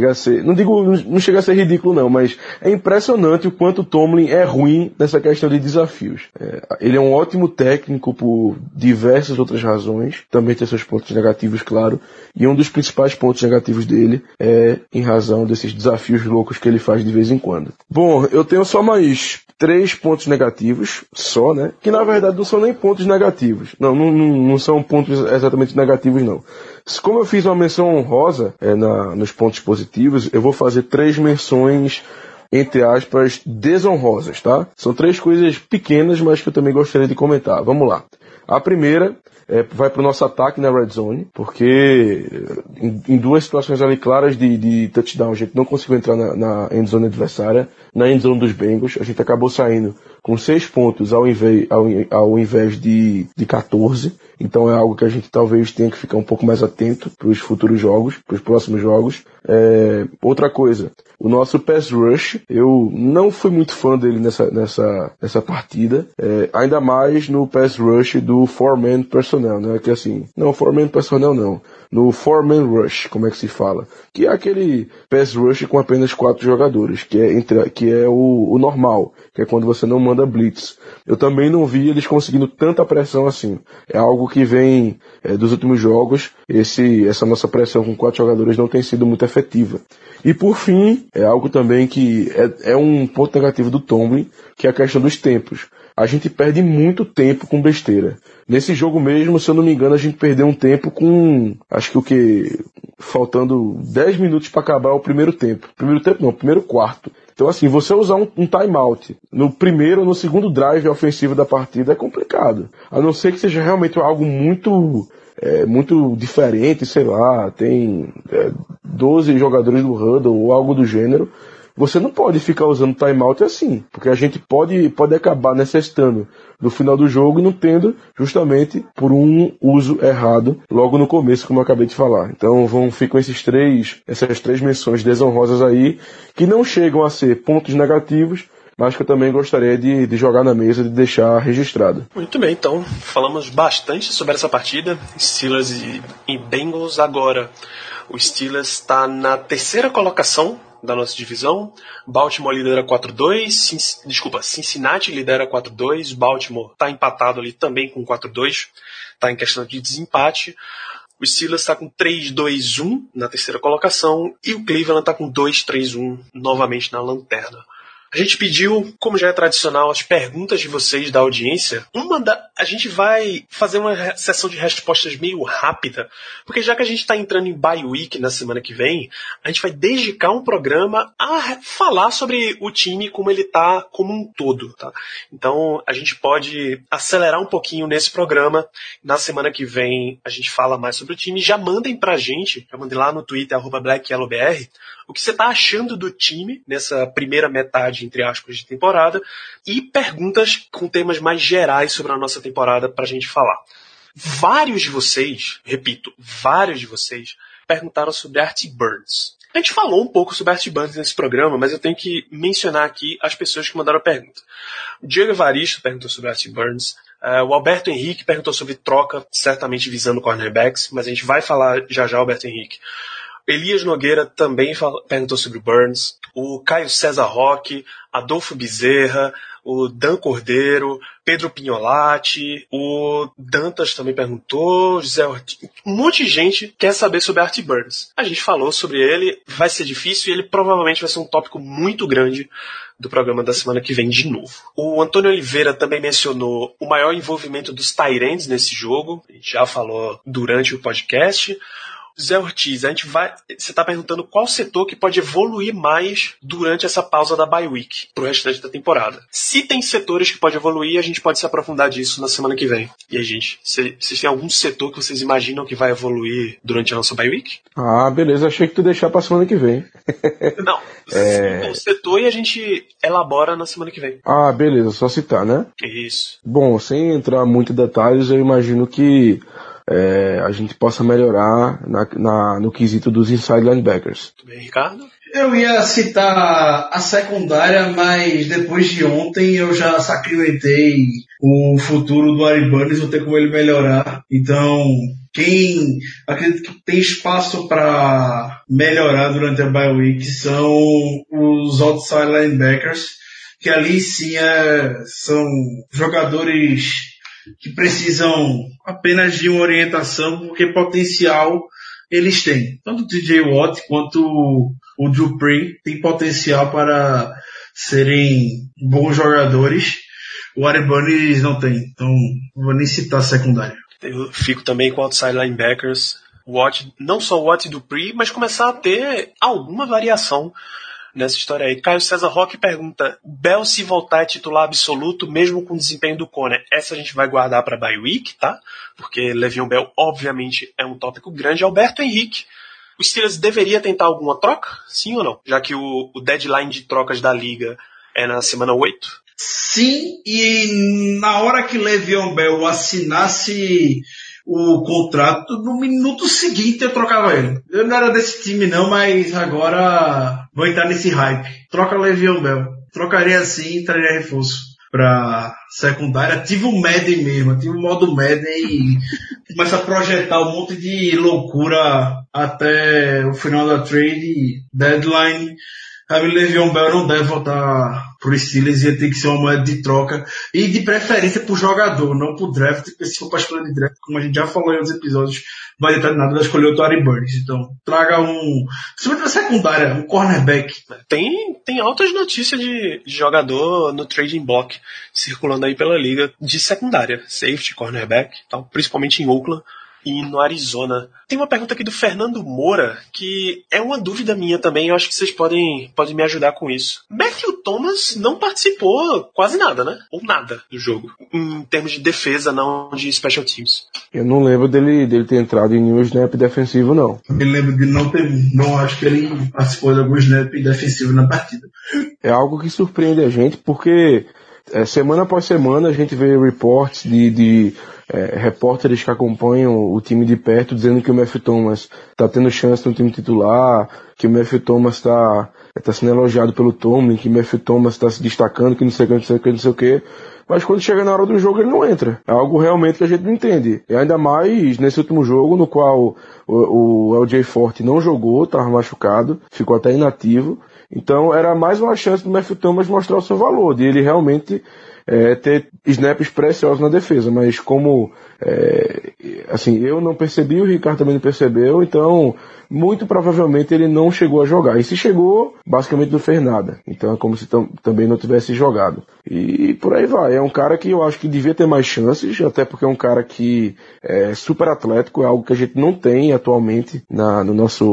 não chega a ser ridículo não, mas é impressionante o quanto o Tomlin é ruim nessa questão de desafios. Ele é um ótimo técnico por diversas outras razões, também tem seus pontos negativos, claro, e um dos principais pontos negativos dele é em razão desses desafios loucos que ele faz de vez em quando. Bom, eu tenho só mais 3 pontos negativos, só, né? Que na verdade não são nem pontos negativos. Não são pontos exatamente negativos, não. Como eu fiz uma menção honrosa nos pontos positivos, eu vou fazer 3 menções, entre aspas, desonrosas, tá? São 3 coisas pequenas, mas que eu também gostaria de comentar. Vamos lá. A primeira vai para o nosso ataque na red zone, porque em 2 situações ali claras de touchdown, a gente não conseguiu entrar na end zone adversária, na end zone dos Bengals, a gente acabou saindo com 6 pontos ao invés de 14, então é algo que a gente talvez tenha que ficar um pouco mais atento para os futuros jogos, para os próximos jogos. Outra coisa, o nosso pass rush, eu não fui muito fã dele nessa partida, ainda mais no pass rush do 4-man personnel, né? Que assim, não, 4-man personnel não, no 4-man rush, como é que se fala? Que é aquele pass rush com apenas 4 jogadores, que é o normal, que é quando você não manda blitz. Eu também não vi eles conseguindo tanta pressão assim. É algo que vem dos últimos jogos, essa nossa pressão com 4 jogadores não tem sido muito efetiva. E por fim, é algo também que é um ponto negativo do Tomlin, que é a questão dos tempos. a gente perde muito tempo com besteira. Nesse jogo mesmo, se eu não me engano, a gente perdeu um tempo com, acho que faltando 10 minutos para acabar o primeiro tempo. Primeiro quarto. Então, assim, você usar um timeout no primeiro ou no segundo drive ofensivo da partida é complicado. A não ser que seja realmente algo muito diferente, sei lá, tem 12 jogadores do huddle ou algo do gênero. Você não pode ficar usando timeout assim, porque a gente pode acabar necessitando no final do jogo e não tendo justamente por um uso errado logo no começo, como eu acabei de falar. Então ficam essas três menções desonrosas aí, que não chegam a ser pontos negativos, mas que eu também gostaria de jogar na mesa, de deixar registrado. Muito bem, então falamos bastante sobre essa partida, Steelers e Bengals. Agora o Steelers está na terceira colocação da nossa divisão. Baltimore lidera 4-2, Cincinnati lidera 4-2, Baltimore está empatado ali também com 4-2, está em questão de desempate. O Steelers está com 3-2-1 na terceira colocação e o Cleveland está com 2-3-1 novamente na lanterna. A gente pediu, como já é tradicional, as perguntas de vocês da audiência. A gente vai fazer uma sessão de respostas meio rápida, porque já que a gente está entrando em bye week na semana que vem, a gente vai dedicar um programa a falar sobre o time como ele está como um todo. Tá? Então a gente pode acelerar um pouquinho nesse programa. Na semana que vem a gente fala mais sobre o time. Já mandem pra gente, já mandem lá no Twitter, @BlackYellowBR, o que você está achando do time nessa primeira metade, entre aspas, de temporada, e perguntas com temas mais gerais sobre a nossa temporada para a gente falar. Vários de vocês perguntaram sobre Artie Burns. A gente falou um pouco sobre Artie Burns nesse programa, mas eu tenho que mencionar aqui as pessoas que mandaram a pergunta. O Diego Evaristo perguntou sobre Artie Burns. O Alberto Henrique perguntou sobre troca, certamente visando cornerbacks, mas a gente vai falar já Alberto Henrique. Elias Nogueira também perguntou sobre o Burns. O Caio César Roque, Adolfo Bezerra, o Dan Cordeiro, Pedro Pignolati, o Dantas também perguntou, José Ortiz. Um monte de gente quer saber sobre Artie Burns. A gente falou sobre ele, vai ser difícil e ele provavelmente vai ser um tópico muito grande do programa da semana que vem de novo. O Antônio Oliveira também mencionou o maior envolvimento dos tight ends nesse jogo. A gente já falou durante o podcast. Zé Ortiz, você está perguntando qual setor que pode evoluir mais durante essa pausa da bye week pro restante da temporada. Se tem setores que pode evoluir, a gente pode se aprofundar disso na semana que vem. E aí, gente, vocês têm algum setor que vocês imaginam que vai evoluir durante a nossa bye week? Ah, beleza, achei que tu deixar pra semana que vem. Não, o setor e a gente elabora na semana que vem. Ah, beleza, só citar, né? Isso. Bom, sem entrar muito em detalhes, eu imagino que a gente possa melhorar no quesito dos inside linebackers. Tudo bem, Ricardo? Eu ia citar a secundária, mas depois de ontem eu já sacrimentei o futuro do Artie Burns, não tem como ele melhorar. Então, quem acredito que tem espaço para melhorar durante a bye week são os outside linebackers, que ali sim são jogadores que precisam apenas de uma orientação, porque potencial eles têm. Tanto o TJ Watt quanto o Dupree têm potencial para serem bons jogadores. O Artie Burns não tem, então não vou nem citar a secundária. Eu fico também com outside linebackers. Não só o Watt e Dupree, mas começar a ter alguma variação nessa história aí. Caio César Roque pergunta: Bell, se voltar, é titular absoluto, mesmo com o desempenho do Conner? Essa a gente vai guardar para bye week, tá? Porque Le'Veon Bell, obviamente, é um tópico grande. Alberto Henrique: o Steelers deveria tentar alguma troca? Sim ou não? Já que o deadline de trocas da liga é na semana 8. Sim, e na hora que Le'Veon Bell assinasse o contrato, no minuto seguinte eu trocava ele. Eu não era desse time não, mas agora vou entrar nesse hype. Troca Le'Veon Bell. Trocaria assim e traria reforço pra secundária. Tive o Madden mesmo, tive o modo Madden e começa a projetar um monte de loucura até o final da trade deadline. A Le'Veon Bell não deve voltar pro Steelers, ia ter que ser uma moeda de troca e de preferência pro jogador, não pro draft, porque se for pra escolha de draft, como a gente já falou em outros episódios, vai tentar nada, vai escolher o Tory Burns. Então, traga principalmente na secundária, um cornerback. Tem altas notícias de jogador no trading block circulando aí pela liga de secundária, safety, cornerback, tal, principalmente em Oakland e no Arizona. Tem uma pergunta aqui do Fernando Moura, que é uma dúvida minha também, eu acho que vocês podem me ajudar com isso. Matthew Thomas não participou quase nada, né? Ou nada do jogo, em termos de defesa, não de special teams. Eu não lembro dele ter entrado em nenhum snap defensivo, não. Eu lembro de não acho que ele participou de algum snap defensivo na partida. É algo que surpreende a gente, porque semana após semana a gente vê reports de repórteres que acompanham o time de perto dizendo que o Matthew Thomas está tendo chance no time titular, que o Matthew Thomas está sendo elogiado pelo Tomlin, que o Matthew Thomas está se destacando, que não sei o que. Mas quando chega na hora do jogo ele não entra. É algo realmente que a gente não entende. E ainda mais nesse último jogo no qual o LJ Forte não jogou, estava machucado, ficou até inativo. Então era mais uma chance do Matthew Thomas mostrar o seu valor, de ele realmente ter snaps preciosos na defesa. Mas como eu não percebi, o Ricardo também não percebeu, então muito provavelmente ele não chegou a jogar. E se chegou, basicamente não fez nada. Então é como se também não tivesse jogado. E por aí vai. É um cara que eu acho que devia ter mais chances, até porque é um cara que é super atlético, é algo que a gente não tem atualmente no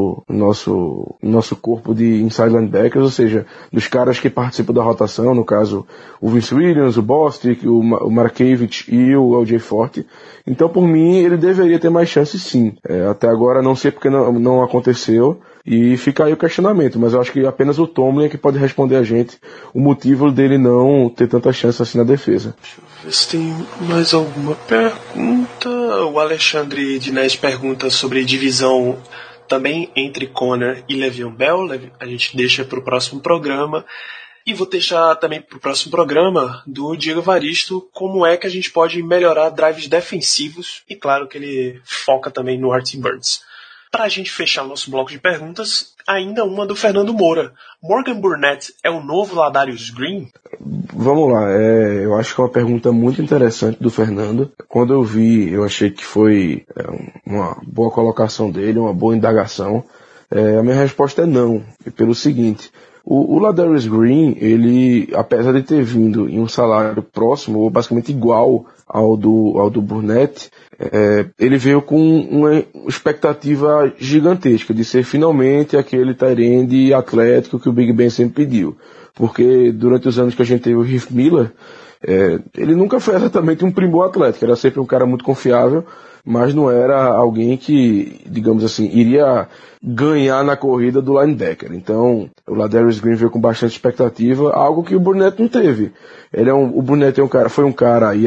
nosso corpo de inside linebackers, ou seja, dos caras que participam da rotação, no caso o Vince Williams, o Bostic, o Markevich e o LJ Forte. Então, por mim, ele deveria ter mais chances, sim. Até agora, não sei porque não aconteceu, e fica aí o questionamento, mas eu acho que apenas o Tomlin é que pode responder a gente o motivo dele não ter tanta chance assim na defesa. Deixa eu ver se tem mais alguma pergunta. O Alexandre Dinés pergunta sobre divisão também entre Conner e Le'Veon Bell. A gente deixa para o próximo programa. E vou deixar também para o próximo programa do Diego Evaristo como é que a gente pode melhorar drives defensivos. E claro que ele foca também no Artie Burns. Para a gente fechar o nosso bloco de perguntas, ainda uma do Fernando Moura. Morgan Burnett é o novo Ladarius Green? Vamos lá, eu acho que é uma pergunta muito interessante do Fernando. Quando eu vi, eu achei que foi uma boa colocação dele, uma boa indagação. A minha resposta é não, e pelo seguinte: o Ladarius Green, ele, apesar de ter vindo em um salário próximo, ou basicamente igual ao do Burnett, ele veio com uma expectativa gigantesca de ser finalmente aquele tight end atlético que o Big Ben sempre pediu. Porque durante os anos que a gente teve o Heath Miller, ele nunca foi exatamente um primor atlético, era sempre um cara muito confiável, mas não era alguém que, digamos assim, iria ganhar na corrida do linebacker. Então, o Ladarius Green veio com bastante expectativa, algo que o Burnett não teve. O Burnett foi um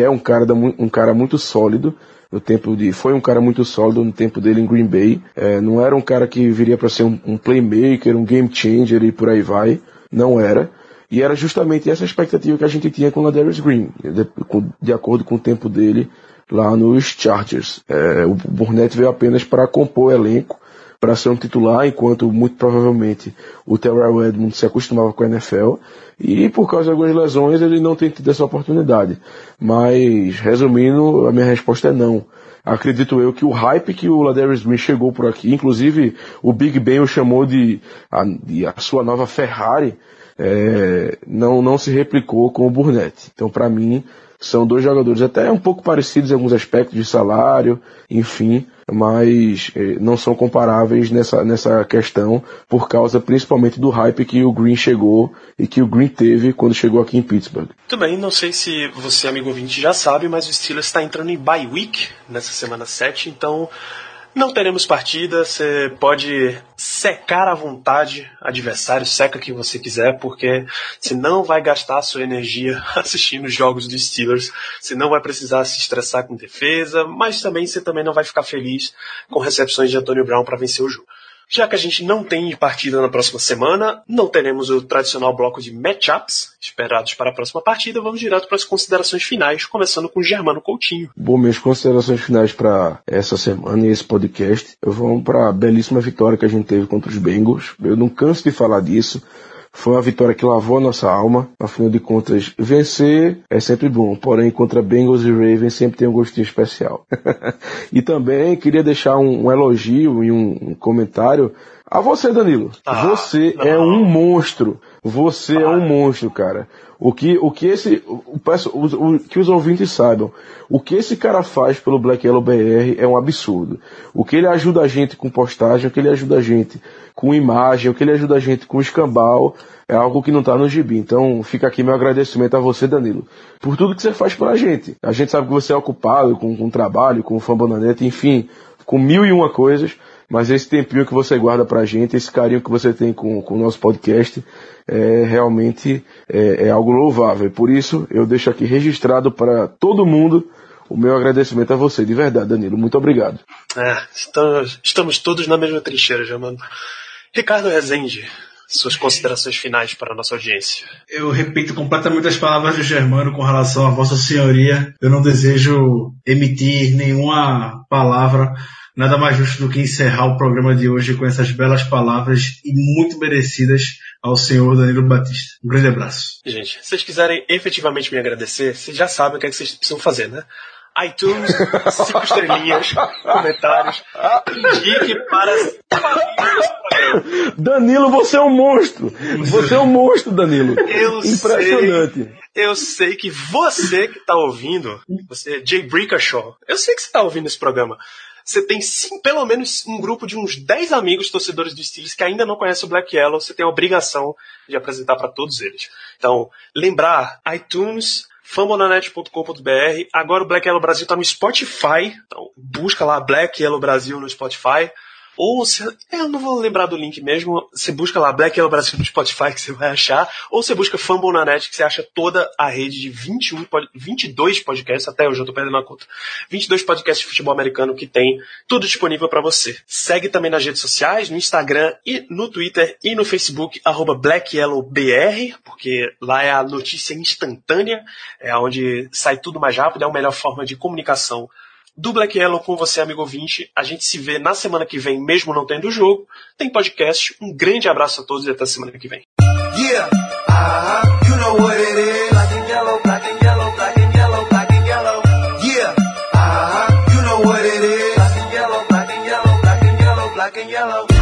cara muito sólido. Foi um cara muito sólido no tempo dele em Green Bay. Não era um cara que viria para ser um playmaker, um game changer e por aí vai. Não era. E era justamente essa expectativa que a gente tinha com o Ladarius Green, de acordo com o tempo dele lá nos Chargers. O Burnett veio apenas para compor o elenco, para ser um titular, enquanto muito provavelmente o Terrell Edmonds se acostumava com a NFL, e por causa de algumas lesões ele não tem tido essa oportunidade. Mas, resumindo, a minha resposta é não. Acredito eu que o hype que o Ladarius Green chegou por aqui, inclusive o Big Ben o chamou de a sua nova Ferrari, não se replicou com o Burnett. Então, para mim, são dois jogadores até um pouco parecidos em alguns aspectos de salário, enfim, mas não são comparáveis nessa questão, por causa principalmente do hype que o Green chegou e que o Green teve quando chegou aqui em Pittsburgh. Muito bem, não sei se você, amigo ouvinte, já sabe, mas o Steelers está entrando em bye week nessa semana 7, então não teremos partida, você pode secar à vontade adversário, seca quem você quiser, porque você não vai gastar a sua energia assistindo os jogos dos Steelers, você não vai precisar se estressar com defesa, mas também você também não vai ficar feliz com recepções de Antonio Brown para vencer o jogo. Já que a gente não tem partida na próxima semana, não teremos o tradicional bloco de matchups esperados para a próxima partida, vamos direto para as considerações finais, começando com o Germano Coutinho. Bom, minhas considerações finais para essa semana e esse podcast, vamos para a belíssima vitória que a gente teve contra os Bengals. Eu não canso de falar disso. Foi uma vitória que lavou a nossa alma. Afinal de contas, vencer é sempre bom. Porém, contra Bengals e Ravens sempre tem um gostinho especial. E também queria deixar um elogio e um comentário a você, Danilo. Você é um monstro. Você é um monstro, cara. O que os ouvintes saibam, o que esse cara faz pelo Black Yellow BR é um absurdo. O que ele ajuda a gente com postagem, o que ele ajuda a gente com imagem, o que ele ajuda a gente com escambau, é algo que não tá no gibi. Então fica aqui meu agradecimento a você, Danilo, por tudo que você faz pra gente. A gente sabe que você é ocupado com trabalho, com o Fambonanet, enfim, com 1001 coisas. Mas esse tempinho que você guarda pra gente, esse carinho que você tem com o nosso podcast, realmente é algo louvável. Por isso, eu deixo aqui registrado para todo mundo o meu agradecimento a você. De verdade, Danilo. Muito obrigado. Estamos todos na mesma trincheira, já, mano. Ricardo Rezende, suas considerações finais para a nossa audiência. Eu repito completamente as palavras do Germano com relação a Vossa Senhoria. Eu não desejo emitir nenhuma palavra. Nada mais justo do que encerrar o programa de hoje com essas belas palavras e muito merecidas ao senhor Danilo Batista. Um grande abraço. Gente, se vocês quiserem efetivamente me agradecer, vocês já sabem o que é que vocês precisam fazer, né? iTunes, 5 estrelinhas, comentários, indique para as famílias. Danilo, você é um monstro. Você é um monstro, Danilo. Impressionante. Eu sei que você que está ouvindo, você, Jay Brickashaw, eu sei que você está ouvindo esse programa. Você tem pelo menos um grupo de uns 10 amigos torcedores do Steelers que ainda não conhecem o Black Yellow. Você tem a obrigação de apresentar para todos eles. Então, lembrar, iTunes, fambonanet.com.br. Agora o Black Yellow Brasil está no Spotify. Então, busca lá Black Yellow Brasil no Spotify. Ou, eu não vou lembrar do link mesmo, você busca lá Black Yellow Brasil no Spotify que você vai achar, ou você busca Fambonanet que você acha toda a rede de 22 podcasts, até hoje eu tô perdendo a conta, 22 podcasts de futebol americano que tem tudo disponível para você. Segue também nas redes sociais, no Instagram e no Twitter e no Facebook, @BlackYellowBR, porque lá é a notícia instantânea, é onde sai tudo mais rápido, é a melhor forma de comunicação do Black Yellow com você, amigo ouvinte. A gente se vê na semana que vem, mesmo não tendo jogo. Tem podcast. Um grande abraço a todos e até a semana que vem. Yeah, you know what it is. Black and yellow, black and yellow, black and yellow, black and yellow. Yeah, you know what it is. Black and yellow, black and yellow, black and yellow, black and yellow.